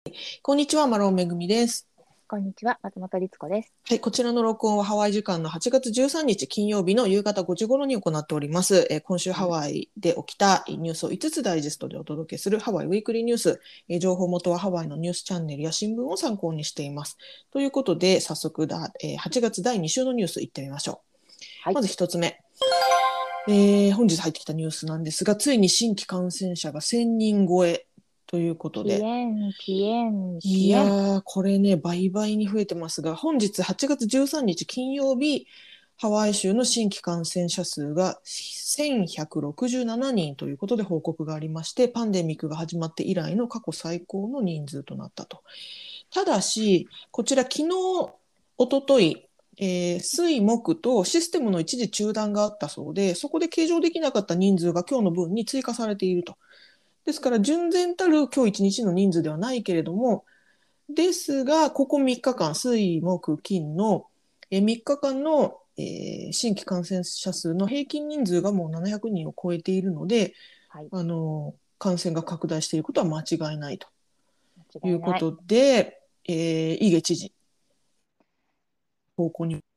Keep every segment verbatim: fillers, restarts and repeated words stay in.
こんにちは、マロンめぐみです。 こんにちは、松本律子です。 はい、こちらの録音はハワイ時間のはちがつじゅうさんにち金曜日の夕方ごじ頃に行っております。えー今週ハはい。 ワイで起きたニュースをいつつダイジェストでお届けするハワイウィークリーニュース。えー情報元はハワイのニュースチャンネルや新聞を参考にしています。ということで、早速だ、えーはちがつだいに週のニュースいってみましょう。 はい。 まずひとつめ。えー本日入ってきたニュースなんですが、ついに新規感染者がせんにん超えということピで、 エン、ピエン、 いやピエン。 ー、これね、倍々に増えてますが、本日はちがつじゅうさんにち金曜日、ハワイ州の新規感染者数がせんひゃくろくじゅうななにんということで報告がありまして、パンデミックが始まって以来の過去最高の人数となったと。ただし、こちら昨日、おととい、えー水木とシステムの一時中断があったそうで、そこで計上できなかった人数が今日の分に追加されていると。ですから、純然たる今日いちにちの人数ではないけれども、ですが、ここみっかかん、水、木、金のえみっかかんの、えー新規感染者数の平均人数がもうななひゃくにんを超えているので、 はい。 あの感染が拡大していることは間違いないとい間違いない。 うことで、えー、井毛知事、方向に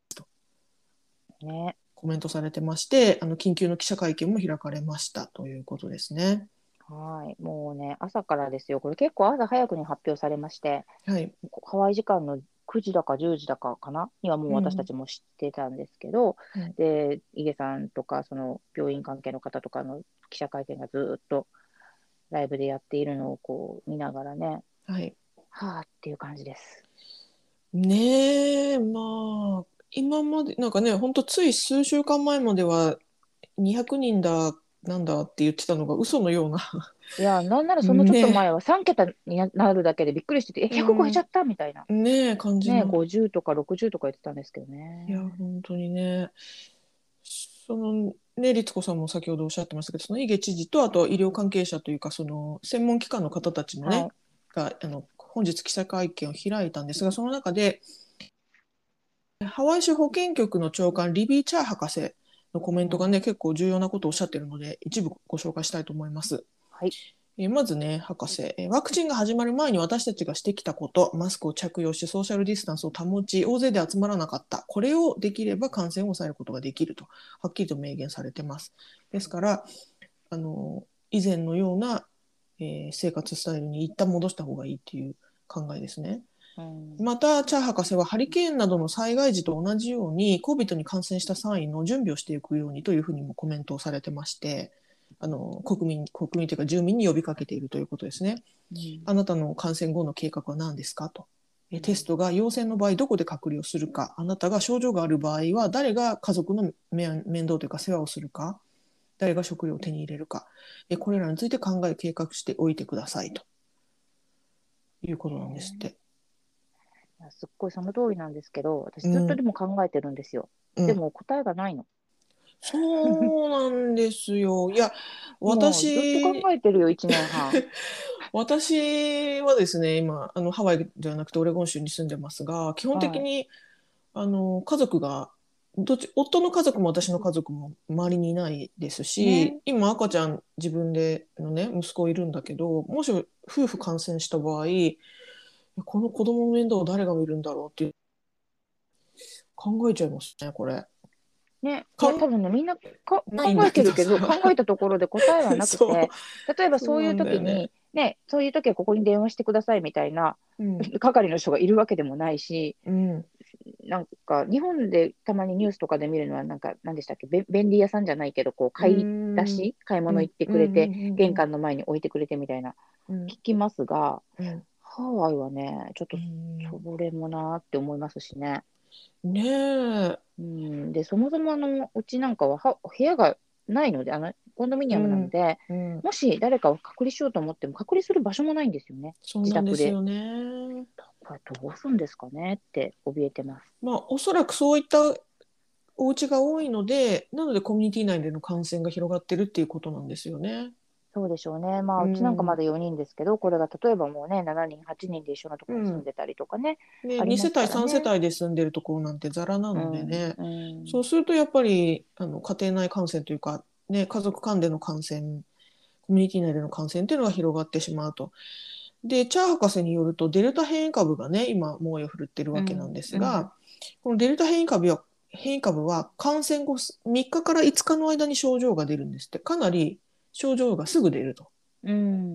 ね。 コメントされてまして、あの緊急の記者会見も開かれましたということですね。 はい。もうね、朝からですよ。これ結構朝早くに発表されまして、 はい。 ハワイ時間のくじだかじゅうじだかかなにはもううん。 私たちも知ってたんですけど、 うん。 で、イゲさんとか、その病院関係の方とかの記者会見がずっとライブでやっているのをこう見ながらね、 はい。 はあっていう感じです。 ねえ、まあ、今まで、なんかね、ほんとつい数週間前まではにひゃくにんだ、なんだって言ってたのが嘘のような。 いや、なんならそのちょっとね前はさん桁になるだけでびっくりしてて、え、 え、 ひゃく超えちゃうん、 ったみたいな。 ねえ、感じね、 の。 ごじゅうとかろくじゅうとか言ってたんですけどいや、 ね。 本当にね。その、ね、律子さんも先ほどおっしゃってましたけど、その井毛知事と、あと医療関係者というか、その専門機関の方たちもね、 はい。 が、あの、本日記者会見を開いたんですが、その中で、ハワイ州保健局の長官、リビー・チャー博士のコメンうん、 トがね、結構重要なことをおっしゃっているので、一部ご紹介したいと思います。 はい。 えーまずね、博士、えーワクチンが始まる前に私たちがしてきたこと、マスクを着用し、ソーシャルディスタンスを保ち、大勢で集まらなかった。これをできれば感染を抑えることができると、はっきりと明言されてます。ですから、あの、以前のような、えー生活スタイルに一旦戻した方がいいっていう考えですね。 うん、 また、チャー博士はハリケーンなどの災害時と同じように、コビッド に感染した際の準備をしていくようにというふうにもコメントをされてまして、あの国民、国民というか住民に呼びかけているということですね。 うん、 あなたの感染後の計画は何ですかと。テスうん、 トが陽性の場合、どこで隔離をするか、あなたが症状がある場合は、誰が家族の面倒というか世話をするか、誰が食料を手に入れるか、これらについて考え、計画しておいてくださいということなんですっね。 て。 いやすっごいその通りなんですけど、私ずっとでうん、 も考えてるんですよ。 うん。 でも答えがないの。 そうなんですよ。いや、 もうずっと考私、 えてるよ、いちねんはん。 私はですね、今、あのハワイではなくてオレゴン州に住んでますが、基本的はい。 にあの家族が、どっち、夫の家族も私の家族も周りにいないですし、 ね。 今赤ちゃん自分でのね、息子いるんだけど、もし夫婦感染した場合、この子供の面倒を誰が見るんだろうって考えちゃいますね、これ。 ね、いや、 考多分ね、みんなかえないん考えだけどさ。 てるけど、考えたところで答えはなくそう、 て、例えばそうなそういうんだよね。 時に、ね、そういう時はここに電話してくださいみたいなうん、 係の人がいるわけでもないし、 うん、 なんか日本でたまにニュースとかで見るのは、なんか、何でしたっけ、べ便利屋さんじゃないけど、こうう買い出ん、うん、 し、買いうん、 物行ってうん、 くれて、 うん、 玄関の前に置いてくれてみたいな、 うん、 聞きますが、 うん、 ハワイはね、ちょっうとん、 それもなーって思いますしね。 ねえ、 うん、で、そもそもあの、うちなんかは、は部屋がないので、あの、コンドミニアムなのうん、 で、 うん、 もし誰かを隔離しようと思っても、隔離する場所もないんですよね、 そう自宅で。 なんですよね。 これどうするんですかねって怯えてます。 まあ、おそらくそういったお家が多いので、なのでコミュニティ内での感染が広がってるっていうことなんですよね。 そうでしょうね。まうあ、うちなんかまん、 だよにんですけど、これが例えばもうね、しちにん、はちにんで一緒のところに住んうん。 でたりとかね、 ね、にあります世帯さん世からね。 帯で住んでるところなんてザラなうん、 のでね、 うん、 そうするとやっぱりあの家庭内感染というか、ね、家族間での感染、コミュニティ内での感染というのが広がってしまうと。 で、チャー博士によると、デルタ変異株がね、今、猛威を振るってるわけなんですが、 うんこのデルタ変異株は、変異株は感染後みっかかからいつかの間に症状が出るんですって、かなり症状がすぐ出ると。 うん、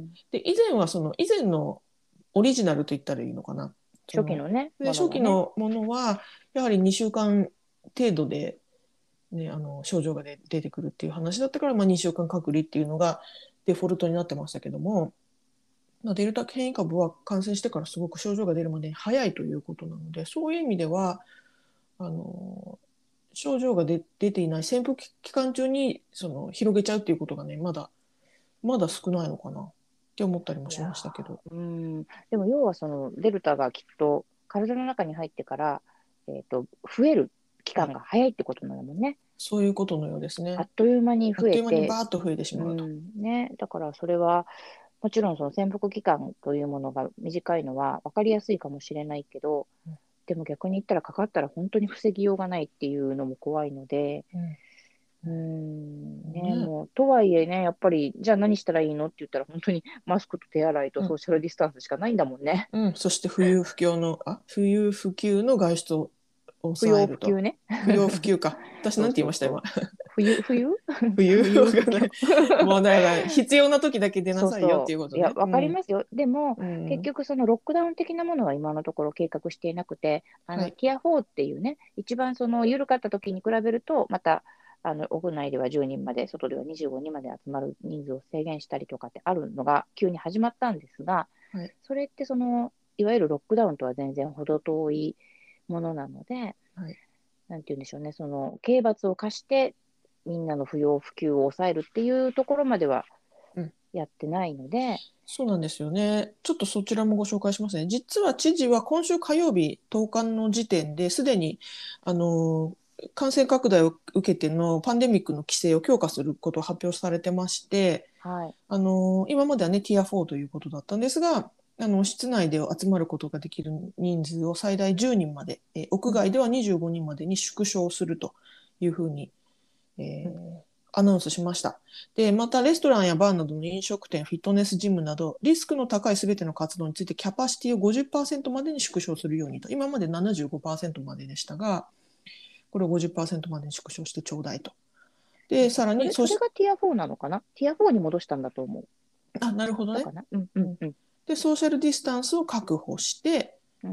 で、以前はその、以前のオリジナルと言ったらいいのかな。その初期のね、 で初ものはね。 期のものは、やはりにしゅうかん程度で、ね、あの症状が出てくるっていう話だったから、まあ、にしゅうかん隔離っていうのがデフォルトになってましたけども、まあ、デルタ変異株は感染してからすごく症状が出るまで早いということなので、そういう意味ではあの症状が出出ていない潜伏期間中にその広げちゃうっていうことがね、まだまだ少ないのかなって思ったりもしいやましたけど。 ー、うん、でも要はそのデルタがきっと体の中に入ってから、えっと、増える期間が早いってことなんだもんね。 そういうことのようですね。 あっという間にあっという間に増えて、 バーッと増えてしうまうと。 ん、ね、だからそれは、もちろんその潜伏期間というものが短いのは分かりやすいかもしれないけど、でも逆に言ったらかかったら本当に防ぎようがないっていうのも怖いので、 うんうーん、ね、 ねもう、とはいえね、やっぱり、じゃあ何したらいいのって言ったら、本当にマスクと手洗いとうんソーシャルディスタンスしかないんだもんね。 うん、そして不要不急の、あ、不要不急の外出を不抑えると。 要不急ね。 不要不急か。私そうなんて言いました、 そうそう。 今。 冬、冬不要不要不急。 がない。もうだから、必要な時だけ出なそうさいよってそう。いや、 いうことね。 わかりうん。 ますよ。でも、 うん。 結局、そのロックダウン的なものは今のところ計画していなくて、あの、 はい。 ティアフォーっていうね、一番その緩かった時に比べると、また、あの屋内ではじゅうにんまで、外ではにじゅうごにんまで集まる人数を制限したりとかってあるのが急に始まったんですが、 はい。 それってその、いわゆるロックダウンとは全然程遠いものなので、 はい。 なんて言うんでしょうね、その刑罰を課して、みんなの不要不急を抑えるっていうところまではうん。 やってないので、 そうなんですよね。ちょっとそちらもご紹介しますね。実は知事は今週火曜日とおかの時点ですでにあの感染拡大を受けてのパンデミックの規制を強化することを発表されてまして、 はい。 あの今まではねティアフォーということだったんですが、あの室内で集まることができる人数を最大じゅうにんまで、え屋外ではにじゅうごにんまでに縮小するというふうに、えうん、 ーアナウンスしました。で、またレストランやバーなどの飲食店、フィットネスジムなど、リスクの高いすべての活動についてキャパシティをごじゅっパーセントまでに縮小するようにと、今までななじゅうごパーセントまででしたが、これをごじゅっパーセントまでに縮小してちょうだいと。で、さらに、 それ、それそし、 がティアフォーなのかな。ティアフォーに戻したんだと思う。 あ、なるほどね。 だかな。うんうんうん。 で、ソーシャルディスタンスを確保して、 うん、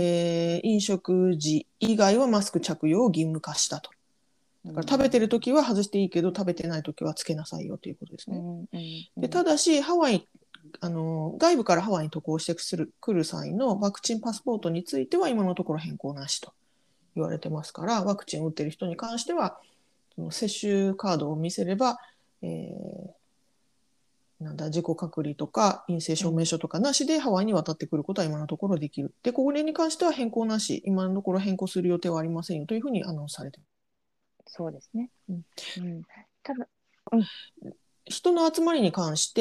えー飲食時以外はマスク着用を義務化したと。 うだから食べてるん、 時は外していいけど、食べてない時はつけなさいよということですね。 うん、うん、うで、 ん。 ただし、ハワイ、あの、外部からハワイに渡航してくる来る際のワクチンパスポートについては今のところ変更なしと言われてますから、ワクチンを打ってる人に関しては、その接種カードを見せれば、えーなんだ、自己隔離とか陰性証明書とかなしでハワイに渡ってくることは今のところできる。で、これに関しては変更なし、今のところ変更する予定はありませんよというふうにアナウンスされています。 そうですね。 うん、 うん。ただ、うん、 人の集まりに関して、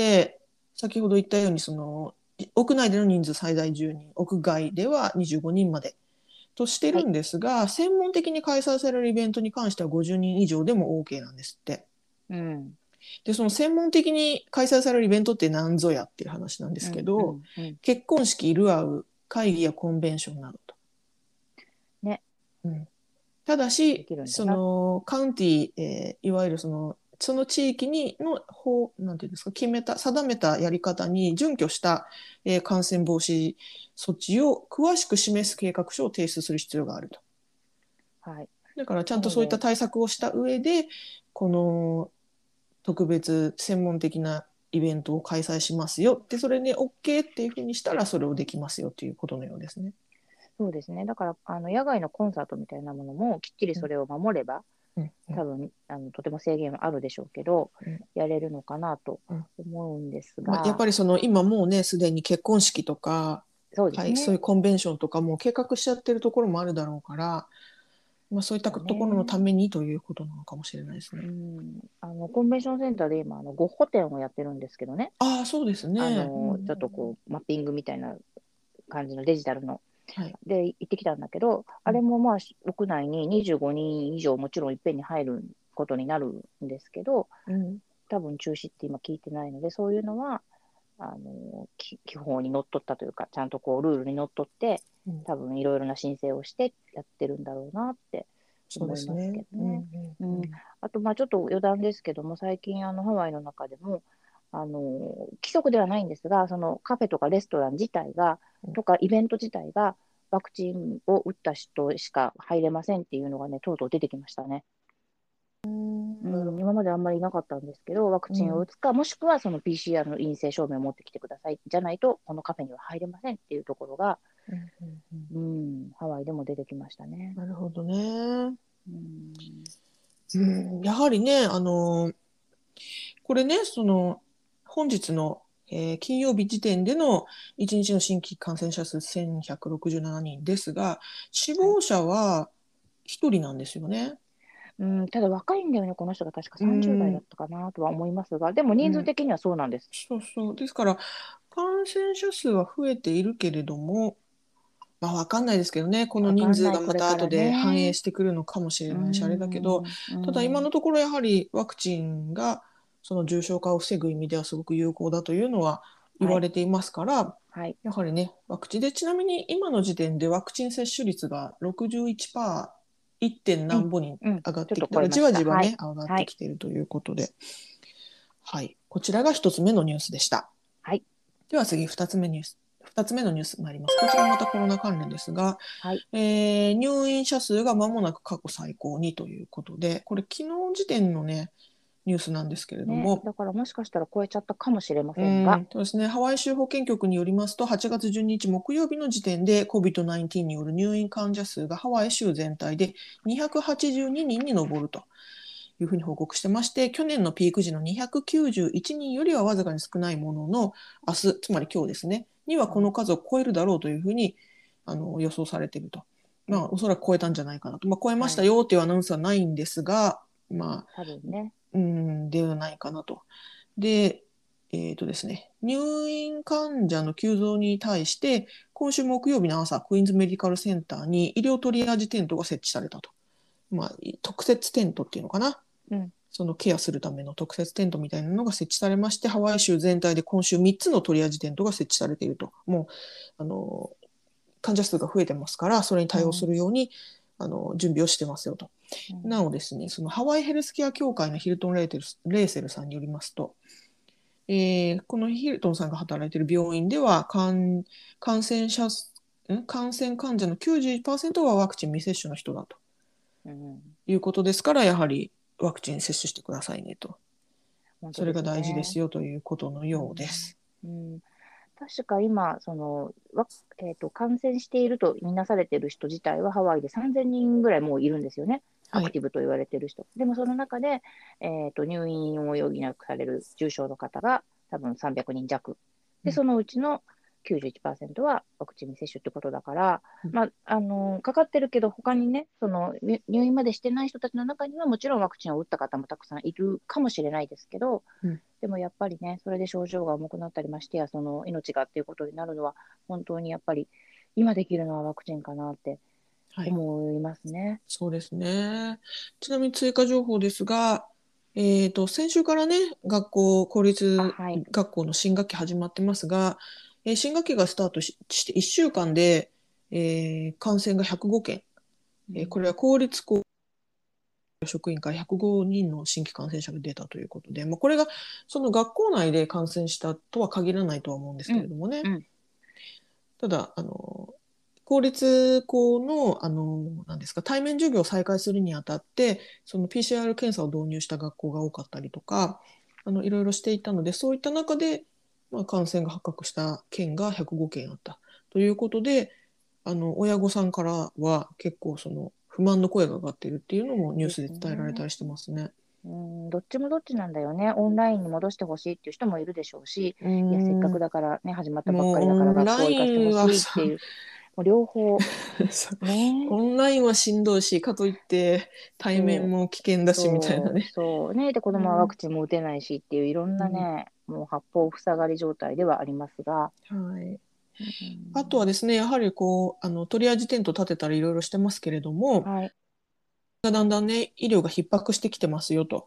先ほど言ったように、その屋内での人数最大じゅうにん、屋外ではにじゅうごにんまでとしてはい。 るんですが、専門的に開催されるイベントに関してはごじゅうにん以上でも OK なんですって。 うん、 で、その専門的に開催されるイベントって何ぞやっていう話なんですけうん、うど、 ん、うん。 結婚式、ルアウ、会議やコンベンションなどと。 ね、 うん、ただでし、そきるんだな。 のカウンティ、えーいわゆるそのその地域にの法なんていうんですか、決めた定めたやり方に準拠した、えー感染防止措置を詳しく示す計画書を提出する必要があると。 はい。 だからちゃんとそういったなので、 対策をした上で、この特別専門的なイベントを開催しますよって、それで OK っていうふうにしたらそれをできますよということのようですね。 そうですね。だから、あの野外のコンサートみたいなものもきっちりうんそれを守れば、 うんうん多分あのとても制限はあるでしょうけど、 うんやれるのかなとうん、 思うんですまあ、やっが、 ぱりその今もうねすでに結婚式とか、はい、そうそうですね。 いうコンベンションとかも計画しちゃってるところもあるだろうから、まあ、そういっただところのたね。 めにということなのかもしれないですうね。 ん、あのコンベンションセンターで今、あのゴッホ展をやってるんですけどね、 ああ、そうですあね。うのちょっとん、 こうマッピングみたいな感じのデジタルのはい。 で行ってきたんだけど、あれもまあ屋内ににじゅうごにん以上もちろんいっぺんに入ることになるんですけど、 うん、 多分中止って今聞いてないので、そういうのはあのき基本にのっとったというか、ちゃんとこうルールにのっとって、 うん多分いろいろな申請をしてやってるんだろうなってそうで思いますすね。うんうけどね。うん、 んうん。 あと、まあ、ちょっと余談ですけども、最近あのハワイの中でも、あの規則ではないんですが、そのカフェとかレストラン自体が、とかイベント自体が、ワクチンを打った人しか入れませんっていうのがね、とうとう出てきましたね。うん、 なるほど。 今まであんまりいなかったんですけど、ワクチンをうん、 打つか、もしくはその ピーシーアール の陰性証明を持ってきてください。じゃないと、このカフェには入れませんっていうところが、 うんうんうん。 うん、ハワイでも出てきましたね。 なるほどね。 うん、 うん、やはりね、あの、これね、その、本日の、えー金曜日時点でのいちにちの新規感染者数せんひゃくろくじゅうななにんですが、死はい。 亡者はひとりなんですよね。 うん、ただ若いんだよね、この人が確かうさんじゅう代だん、 ったかなとは思いますが、でも人数うん、 的にはそうなんです。 そうそう。ですから、感染者数は増えているけれども、まあ、わかんないですけどね、このわかんない、 人数がまこれからた後で反映ね。 してくるのかもしれうないし、あれだけど、 ん、うただ今ん、 のところやはりワクチンがその重症化を防ぐ意味ではすごく有効だというのは言はい、 われていますから、 はい、 やはりね、ワクチンで、ちなみに今の時点でワクチン接種率がろくじゅういちパーセント、いってんうん、 何歩にうん、ちょっと上がってきて、だからじ超えました。はい、 わじわね、上がっはい、 てきているということで、はい、こちらが一つ目のニュースでした。 はい、 では次、二つ目ニュース。二つ目のニュースになります。こちらまたコロナ関連ですが、 はい、 えー入院者数が間もなく過去最高にということで、これ昨日時点のね、ニュースなんですけれどね、 も、 だからもしかしたら超えちゃったかもしれまうせんが、 ん、そうですね、ハワイ州保健局によりますと、はちがつじゅうににち木曜日の時点で コビッドナインティーン による入院患者数がハワイ州全体でにひゃくはちじゅうににんに上るというふうに報告してまして、去年のピーク時のにひゃくきゅうじゅういちにんよりはわずかに少ないものの、明日、つまり今日ですね、にはこの数を超えるだろうというふうにあの予想されていると。まあ、おそらく超えたんじゃないかなと。まあ、超えましたはい、 よというアナウンスはないんですが、まあ、 多分ね、 うん、ではないかなと。で、えっとですね、入院患者の急増に対して、今週木曜日の朝、クイーンズメディカルセンターに医療トリアージテントが設置されたと。まあ、特設テントっていうのかな。 うん、 そのケアするための特設テントみたいなのが設置されまして、ハワイ州全体で今週みっつのトリアージテントが設置されていると。もう、あの、患者数が増えてますから、それに対応すうん、 るように、あの、準備をしてますよと。 うん、 なおですね、そのハワイヘルスケア協会のヒルトン・レーテルレーセルさんによりますと、えーこのヒルトンさんが働いている病院では、感感染者、感染患者のきゅうじゅういちパーセントはワクチン未接種の人だとうん、 いうことですから、やはりワクチン接種してくださいねと。それが本当ですね。 大事ですよということのうようです。 ん、うん、確か今、その、わえーと、感染しているとみなされている人自体はハワイでさんぜんにんぐらいもういるんですよね。アはい。 クティブと言われている人。でもその中で、えーと、入院を余儀なくされる重症の方が多分さんびゃくにん弱。で、 うん、 そのうちのきゅうじゅういちパーセントはワクチン未接種ってことだから、 うん、 まあ、あのかかってるけど、他にね、その入入院までしてない人たちの中には、もちろんワクチンを打った方もたくさんいるかもしれないですけど、 うん。 でもやっぱりね、それで症状が重くなったりましてや、その命がっていうことになるのは、本当にやっぱり今できるのはワクチンかなってはい。 思いますね。 そうですね。ちなみに追加情報ですが、えーと、先週からね、学校、公あ、 立はい。 学校の新学期始まってますが、えー新学期がスタートし、していっしゅうかんで、えー感染がひゃくごけん、えーこうん、 れは公立高職員からひゃくごにんの新規感染者が出たということで、まあ、これがその学校内で感染したとは限らないとは思うんですうん、 けれどもね。 うん、 ただ、あの、公立校の、あの、なんですか、対面授業を再開するにあたって、その ピーシーアール 検査を導入した学校が多かったりとか、あの、いろいろしていたので、そういった中で、まあ、感染が発覚した県がひゃくごけんあったということで、あの、親御さんからは結構その不満の声が上がっているっていうのもニュースでです伝えられたね。 りしてますね。 うん、どっちもどっちなんだよね。オンラインに戻してほしいっていう人もいるでしょうし、 うーいや、せっかくん、 だからね、始まったばっもうオかりだからンラ学校行かせてほインはさ、 しいっていう、もう両方、ね。 オンラインはしんどいし、かといって対面そう、 も危険だしみたいなそう、 ね。 そうね。で、子供はワうん、 クチンも打てないしっていういろんうん、 なね、もう八方塞がり状態ではありますが、 はい。 うあとはん、 ですね、やはりこう、あの、トリアージテント立てたりいろいろしてますけれども、 はい。 だんだんね、医療が逼迫してきてますよと。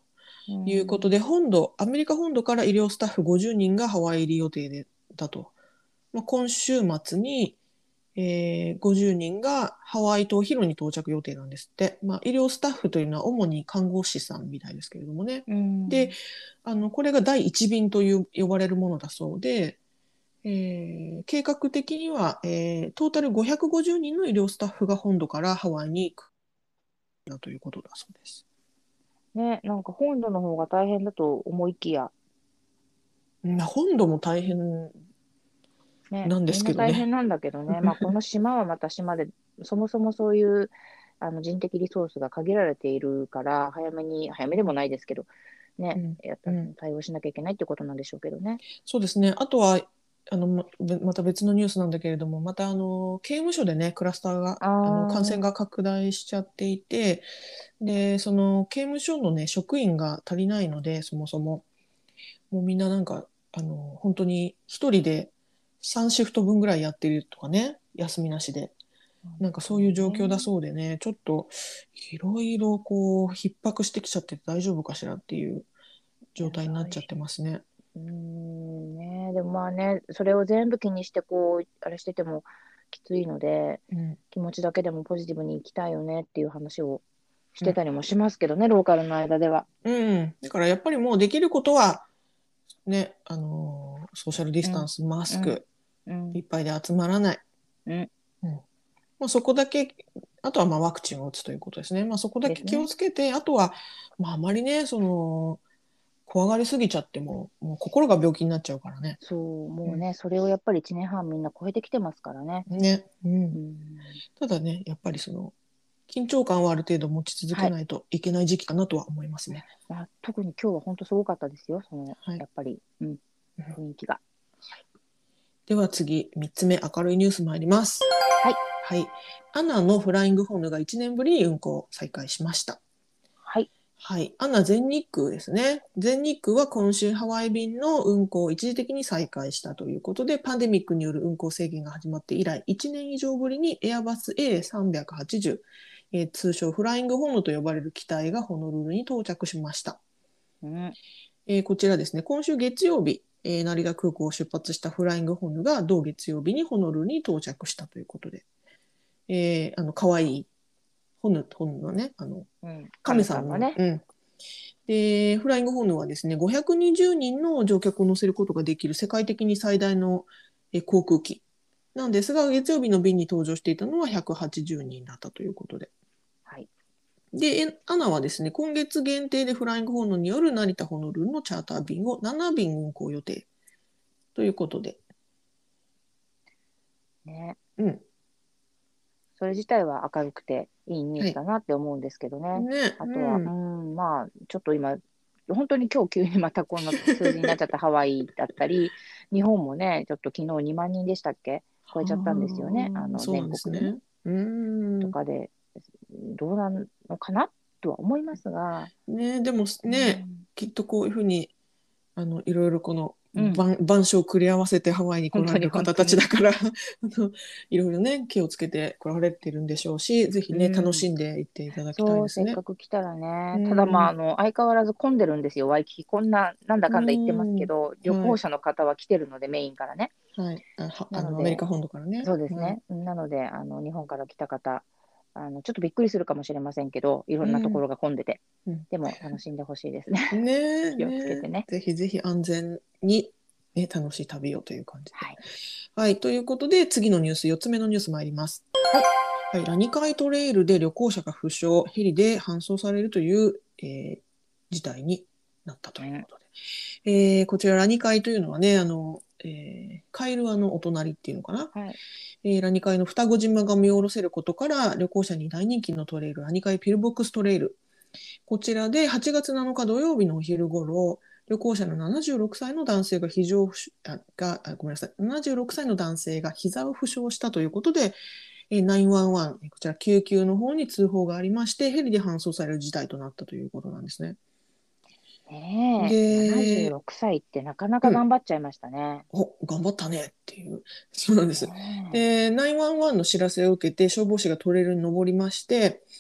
いうことで、本土、アメリカ本土から医療スタッフごじゅうにんがハワイ入り予定でだと。まあ、今週末に、えー、ごじゅうにんがハワイ島ヒロに到着予定なんですって。まあ、医療スタッフというのは主に看護師さんみたいですけれどもね。 うん、 で、あの、これがだいいち便という呼ばれるものだそうで、えー計画的には、えートータルごひゃくごじゅうにんの医療スタッフが本土からハワイに行くということだそうです。 ね、なんか本土の方が大変だと思いきや、 まあ、本土も大変ね、 なんでみんなすけどね。 大変なんだけどね、まあ、この島はまた島で、そもそもそういうあの人的リソースが限られているから、早めに、早めでもないですけど、ね、 うんやったうん、 対応しなきゃいけないってことなんでしょうけどね。 そうですね。あとは、あの、ままた別のニュースなんだけれども、また、あの、刑務所でね、クラスターが、 ああの、感染あ、 が拡大しちゃっていて、で、その、刑務所のね、職員が足りないので、そもそも、もうみんななんか、あの、本当に一人でさんシフト分ぐらいやってるとかね、休みなしで。なんかそういう状況だそうでね、ちょっといろいろこう逼迫してきちゃって大丈夫かしらっていう状態になっちゃってますね。 うーんね、でもまあね、それを全部気にしてこう、あれしててもきついので、 うん、 気持ちだけでもポジティブに生きたいよねっていう話をしうん、 てたりもしますけどね、ローカルの間では。 うん。だからやっぱりもうできることはね、あのーソーシャルディうん、 スタンス、マうん、 スク、 うん、 いっぱいで集まらない。 うん、 うん。まあ、そこだけ、あとはまあワクチンを打つということですね。まあ、そこだけ気をですね。 つけて、あとは、まあ、あまりね、その、怖がりすぎちゃっても、もう心が病気になっちゃうからね。 そう、もううね、それをやっぱりいちねんはんみんな超えてきてますからね。 ん、ね、うん。 うん、 ただね、やっぱりその、緊張感はある程度持ち続はい。 けないといけない時期かなとは思いますね。 まあ、特に今日は本当すごかったですよ、その、 はい。 やっぱり、うん、 うん、 雰囲気が。 では次、みっつめ、明るいニュース参ります。 はい、 はい。アナのフライングホヌがいちねんぶりに運行再開しました。 はい、 はい。アナ全日空ですね。全日空は今週ハワイ便の運航を一時的に再開したということで、パンデミックによる運航制限が始まって以来、いちねん以上ぶりにエアバス エーさんびゃくはちじゅう、えー通称フライングホヌと呼ばれる機体がホノルルに到着しました。 うん、 えーこちらですね、今週月曜日、えー成田空港を出発したフライングホヌが同月曜日にホノルルに到着したということで、えー、あの、かわいいホヌ、ホヌのね、あの、 うん、亀亀さんの、 さんのね、 うん。で、フライングホヌはですね、ごひゃくにじゅうにんの乗客を乗せることができる世界的に最大のえー航空機なんですが、月曜日の便に搭乗していたのはひゃくはちじゅうにんだったということで。 はい。 で、アナはですね、今月限定でフライングホヌによる成田ホノルルのチャーター便をなな便運航予定ということで。 ね、 うん。 それ自体は明るくていいニューはい。 スだなって思うんですけどね。 ね、 あとは、ううん。 ん、まあ、ちょっと今、本当に今日急にまたこの数字になっちゃったハワイだったり、日本もね、ちょっと昨日にまん人でしたっけ超えちゃったんですよね。あああ、 の、 そうなん全国でね。 ですね。うーん。 とかで、どうなのかなとは思いますが、 ね、でもうね、 ん、 きっとこういうふうにあのいろいろこのうん、 晩晩鐘を繰り合わせてハワイに来本当にられる方本当に。 たちだからあのいろいろね気をつけて来られてるんでしょうし、ぜひうね楽ん、 しんでいっていただきたいそう、 ですね。 せっかく来たらうね。ただまあ、 ん、 あの、相変わらず混んでるんですよ、ワイキキ。こんな、なんだうかんだ言ってますけん、 ど、旅はい、 行者の方は来てるので、メインからね。 はい、あ、はあなので、 のアメリカ本土からね、はい、 そうですね。なので、あの、日本から来た方、あの、ちょっとびっくりするかもしれませんけど、いろうん、 んなところが混んでて、 うん、 でも楽しんでほしいですね。 ねえ気をつけねえ、 てね。 ぜひぜひ安全に、ね、楽しい旅をという感じで。 はい。 はい、ということで次のニュース、よっつめのニュース参ります。 はい。 はい、ラニカイトレイルで旅行者が負傷、ヘリで搬送されるという、えー事態になったということで、えーこちらラニカイというのはね、あの、えーカイルアのお隣っていうのかな、 はい。 えーラニカイの双子島が見下ろせることから旅行者に大人気のトレイル、ラニカイピルボックストレイル。こちらではちがつなのか土曜日のお昼頃、旅行者のななじゅうろくさいの男性が非常あがあごめんなさいななじゅうろくさいの男性が膝を負傷したということで、えーきゅういちいちこちら救急の方に通報がありまして、ヘリで搬送される事態となったということなんですね。 ねえ、 で、 ななじゅうろくさいってなかなかうん、 頑張っちゃいましたね。 お、頑張ったねっていう、そうなんです。 ねで、きゅういちいちの知らせを受けて消防士がトレイルに登りまして、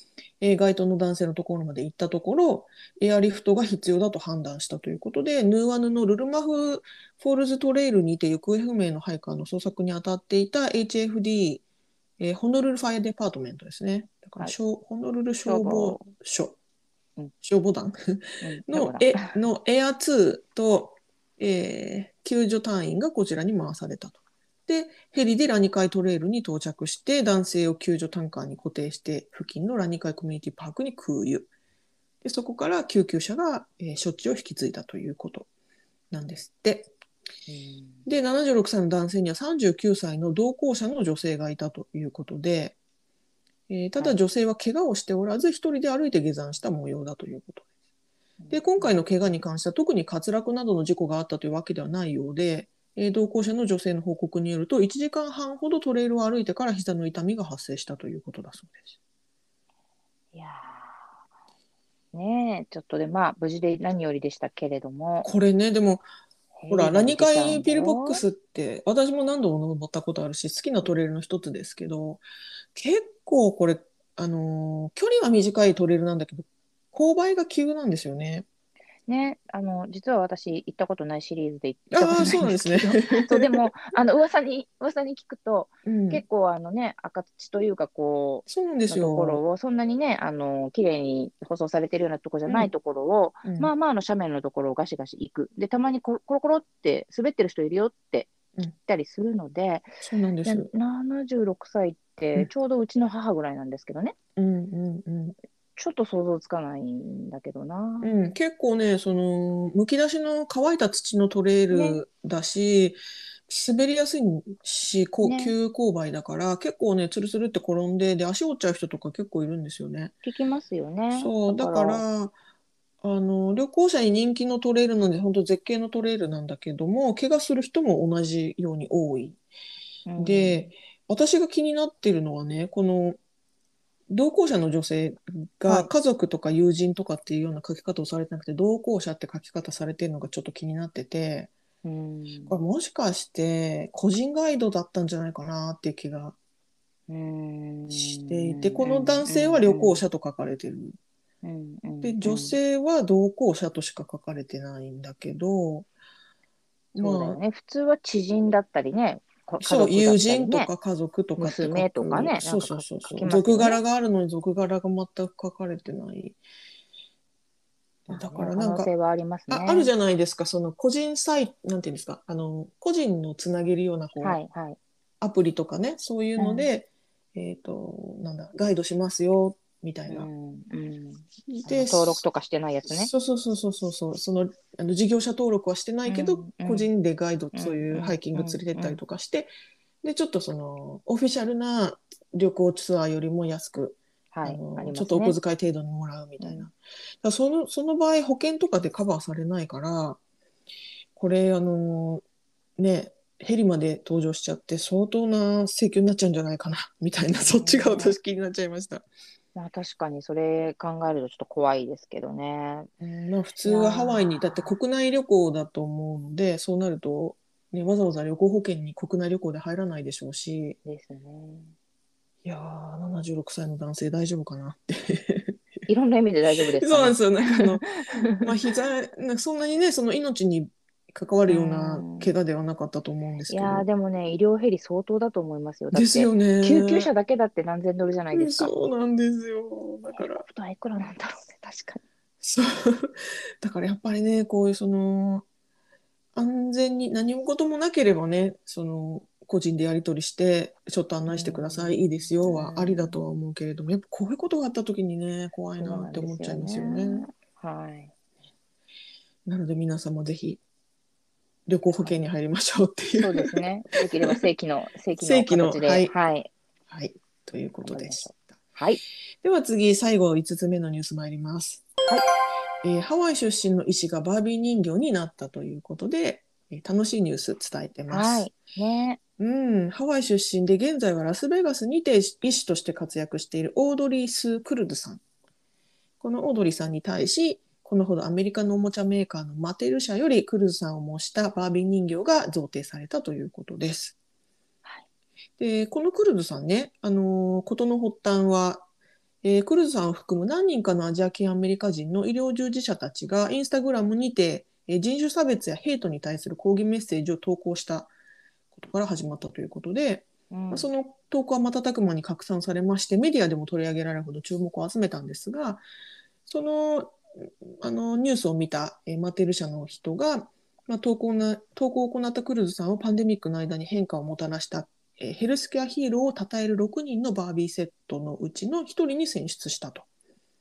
えー該当の男性のところまで行ったところ、エアリフトが必要だと判断したということで、ヌーアヌのルルマフ・フォールズトレイルにて行方不明のハイカーの捜索に当たっていた エイチエフディー、えーホノルルファイアデパートメントですね。だから、 はい、 ホノルル消消防防、 署、 うん、 消防団うん、消防の、 団。 えのエアツーと、えー救助隊員がこちらに回されたと。で、ヘリでラニカイトレイルに到着して、男性を救助タンカーに固定して、付近のラニカイコミュニティパークに空輸。で、そこから救急車が、えー処置を引き継いだということなんですって。 うん、 で、ななじゅうろくさいの男性にはさんじゅうきゅうさいの同行者の女性がいたということで、えーただ女性は怪我をしておらず、一人で歩いて下山した模様だということで、今回の怪我に関しては特に滑落などの事故があったというわけではないようで、えー同行者の女性の報告によると、いちじかんはんほどトレイルを歩いてから膝の痛みが発生したということだそうです。 いやー、ねえ、ちょっとで、まあ、無事で何よりでしたけれども、 これね、でも、ほら、 ヘリまでラニカ出ちゃうんだイピルボックよ。 スって、私も何度も登ったことあるし、好きなトレイルの一つですけど、結構これ、あのー距離は短いトレイルなんだけど、勾配が急なんですよね。 ね、あの、実は私、行ったことないシリーズで行ったこああ、 とないそうなんですね。 んですけど、そう、でも、あの、噂に、噂に聞くと、 うん、 結構、あのね、赤土というか、こう、 そうなんですのとこよ。 ろを、そんなにね、あの、綺麗に舗装されてるようなところじゃうん、 ないところを、 うん、 まあまあの斜面のところをガシガシ行く。で、たまにコロコロコロって滑ってる人いるよって聞いうん、 たりするので、 そうなんでいや、 す。 ななじゅうろくさいっうん、 てちょうどうちの母ぐらいなんですけどね、 うん、うん、うん。 ちょっと想像つかないんだけどな。 うん、結構ね、その、むき出しの乾いた土のトレイね、 ルだし、滑りやすいし、こうね、 急勾配だから、結構ね、つるつるって転んで、で、足折っちゃう人とか結構いるんですよね。 聞きますよね。 そう、だだから、 から、あの、旅行者に人気のトレイルなんで、本当絶景のトレイルなんだけども、怪我する人も同じように多い。 うで、 ん、 私が気になってるのはね、この、同行者の女性がはい。 家族とか友人とかっていうような書き方をされてなくて、同行者って書き方されてるのがちょっと気になってて、 うん、 これもしかして個人ガイドだったんじゃないかなっていう気がうん、 していて、 うん、 この男うん、 性は旅うん、 行者と書かれてる。 うん、うで、 ん、う女ん。 性は同行者としか書かれてないんだけど、まあ、 そうだよね。普通は知人だったりね、こ家そう、 族だ友ったりね、 人とか家族とかって書娘とかく。 ね、なそうそうんか書書きそうそう。 ますよね。 俗柄があるのに俗柄が全く書かれてない。だかまあね、 らなんか、 可能性はありますあ、あるじね。 ゃないですか、その個人サイト、なんていうんですか、あの、個人のつなげるような、こう、 はい、はい。 アプリとかね、そういううん、 ので、えっと、なんだ、ガイドしますよ、みたいな。 うん、うん。あの、 で、 登録とかしてないやつね。 そうそうそうそうそうそう、その、あの事業者登録はしてないけど、 うん、うん、 個人でガイド、 うん、 そういうハイうん、 キング連うん、うん。 れてったりとかして、で、ちょっとその、オフィシャルな旅行ツアーよりも安く、 はい、ああの、ちょっとお小りますね。 遣い程度にもらうみうん、 たいな。だからその、その場合、保険とかでカバーされないから、これ、あの、ね、ヘリまで登場しちゃって相当な請求になっちゃうんじゃないかな、みたいな、そっちがね私気になっちゃいました。 え。まあ確かにそれ考えるとちょっと怖いですけどね。 うん、まあ普通いやはハワイに、だってー、 国内旅行だと思うので、そうなると、ね、わざわざ旅行保険に国内旅行で入らないでしょうし、 ですね。 いやー、ななじゅうろくさいの男性大丈夫かなって。 いろんな意味で大丈夫ですかね。 そうなんですよ。なんかあの、まあ膝、なんかそんなにね、その命に関わうるような怪ん。 我ではなかったと思うんですいやー、 けど。 でもね、医療ヘリ相当だと思いますよ。だって、 ですよ救急車ね。 だけだって何千ドルじゃないうん、 ですか。 そうなんですよ。だかヘリコら、 プターいくらなんだろうね、確かそう。だからやっぱりね、こういうその、安全に何事もなければね、その、個人でやり取りして、ちょっと案に。う内してください、いいですん。うよはありだとはん。 思うけれども、やっぱこういうことがあった時にね、怖いそうなってなんですよ思っちゃいますよね。 ね。はい。 なので皆様ぜひ旅行保はい。 険に入りましょうっていうそうですね。できれば正規の、正規の正規の、 形で、 はい、 はい。 はい、ということでし頑張りましょう。 た。 はい。 では次、最後いつつめのニュース参ります。 はい。 えーハワイ出身の医師がバービー人形になったということで、えー楽しいニュース伝えてます。 はい。ね。 うん、ハワイ出身で現在はラスベガスにて医師として活躍しているオードリー・スー・クルドさん。このオードリーさんに対し、このほどアメリカのおもちゃメーカーのマテル社よりクルズさんを模したバービー人形が贈呈されたということです。 はい。 で、このクルズさんね、あのー、事の発端は、 えークルーズさんを含む何人かのアジア系アメリカ人の医療従事者たちがインスタグラムにて、えー人種差別やヘイトに対する抗議メッセージを投稿したことから始まったということで、 うんまあ、その投稿は瞬く間に拡散されまして、メディアでも取り上げられるほど注目を集めたんですが、その、あのニュースを見た、えーマテル社の人が、まあ、投稿な投稿を行ったクルーズさんをパンデミックの間に変化をもたらした、えーヘルスケアヒーローを称えるろくにんのバービーセットのうちのひとりに選出したと。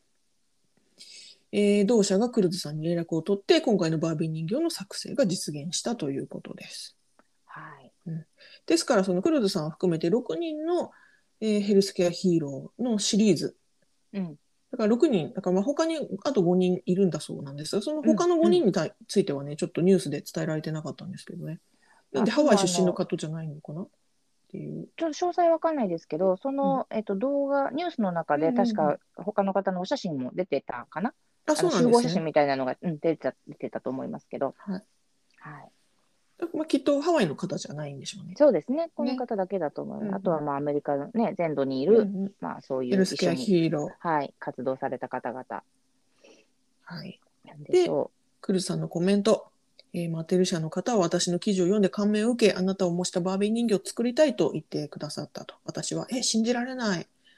えー同社がクルーズさんに連絡を取って、今回のバービー人形の作成が実現したということです。 はい。 うん、ですから、そのクルーズさんを含めてろくにんの、えーヘルスケアヒーローのシリーズ。 うん。 だからろくにん、だからまあ他にあとごにんいるんだそうなんですが、そのうん。 他の5 うん。 人についてはね、ちょっとニュースで伝えられてなかったんですけどね。なんあ、 でハでワイ出身のもあの、 方じゃないのかなっていう。 ちょっと詳細わかんないですけど、そうん。 の、えっと、動画、ニュースの中うんうんうん。 で確か他の方のお写真も出てたかな。 あ、 あのそうなん集合写真ですね。 みたいなのが、うん、出てた、出てたと思いますけど、 はい。 はい。 まあ、きっとハワイの方じゃないんでしょうね。 そうですね。このね。 方だけだと思います。あとは、 うんまあ、アメリカのね、全土にいうん。 る、 うんうん。 まあ、そういうヘルスケア一緒に、 ヒーロはい、活動された方々 ー。はい。 なんでしで、 ょクルーさんのコメント。えーマテル社の方は私の記事を読んで感銘を受け、あなたを模したバービー人形を作りたいと言ってくださったと。私は、え、信じられない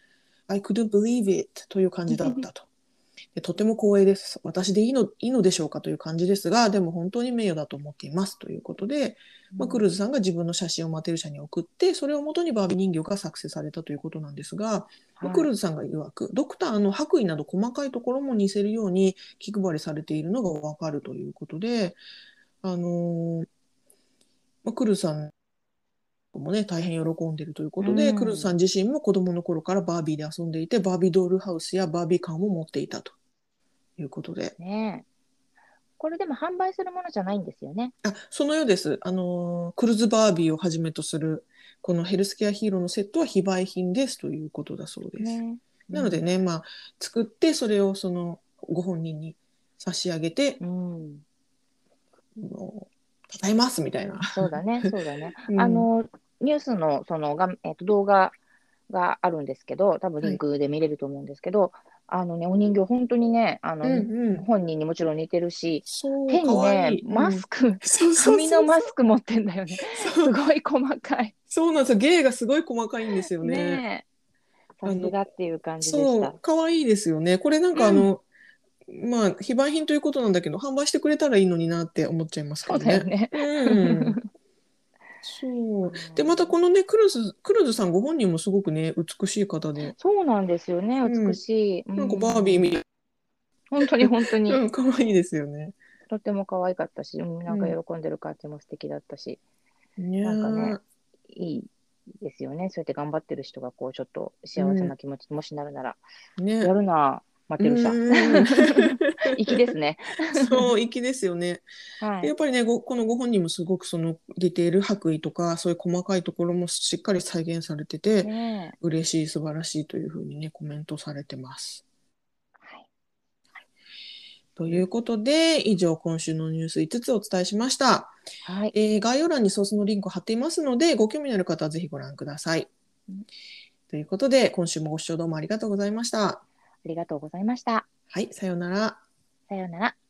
。I couldn't believe it という感う。 じだったと。でとても光栄です。私でいいの、いいのでしょうかという感じですが、でも本当に名誉だと思っていますということで、まあ、クルーズさんが自分の写真をマテル社に送って、それをもとにバービー人形が作成されたということなんですが、まあ、クはい。 ルーズさんが曰く、ドクターの白衣など細かいところも似せるように気配りされているのがわかるということで、あのーまあ、クルーズさんもね、大変喜んでいるというこうとで、クルーズさんん。 自身も子供の頃からバービーで遊んでいて、バービードールハウスやバービー缶を持っていたということで、 ねえ。これでも販売するものじゃないんですよね。 あ、そのようです。あの、クルズバービーをはじめとする、このヘルスケアヒーローのセットは非売品ですということだそうです。 ね。うん。 なのでね、まあ、作って、それをそのご本人に差し上げて、 うん。 もう、たたえますみたいな。 そうだね、そうだね。 うん。 あの、ニュースのそのが、えっと、動画があるんですけど、多分リはい。 ンクで見れると思うんですけど、あのね、お人形、本当にね、あの、 うんうん。 本人にもちろん似てるし、 そう、 手かにね、 わいい。うん。 マスク、 そうそう紙のそうそう。 マスク持ってんだよね。 そう、 すごい細かい。 そうなんですよ。芸がすごい細かいんですよね。 ねえ、さあの、 すがっていう感じでした。 そう、かわいいですよね。これなんかあうん、 の、まあ、非売品ということなんだけど、販売してくれたらいいのになって思っちゃいますけそうどね。 だよね。 うん。そう。で、またうん、 このね、クルーズ、クルーズさんご本人もすごくね、美しい方で、 そうなんですよね、 うん。 美しい。うなんかバービーん、 みたい。 本当に本当に。 うん、可愛いですよね。 とっても可愛かったし、うん、なんかうん。 喜んでる感じも素敵だったし、 にゃなんかね、 ー。 いいですよね。そうやって頑張ってる人が、こう、ちょっとうん。 幸せな気持ちにもしなるなら、やね。 るな、待うってるしゃ。 ん。 粋ですね。 そう、粋ですよね。 はい。 でやっぱりね、ごこのご本人もすごくそのディテール、白衣とか、そういう細かいところもしっかり再現されてて、 ねえ。 嬉しい、素晴らしいというふうにね、コメントされてます。 はい。 ということで、以上、今週のニュースいつつお伝えしました。 はい。 えー概要欄にソースのリンクを貼っていますので、ご興味のある方はぜひご覧ください。ということで、今週もご視聴どうもありがとうございました。 ありがとうございました。 はい、さようなら。 さようなら。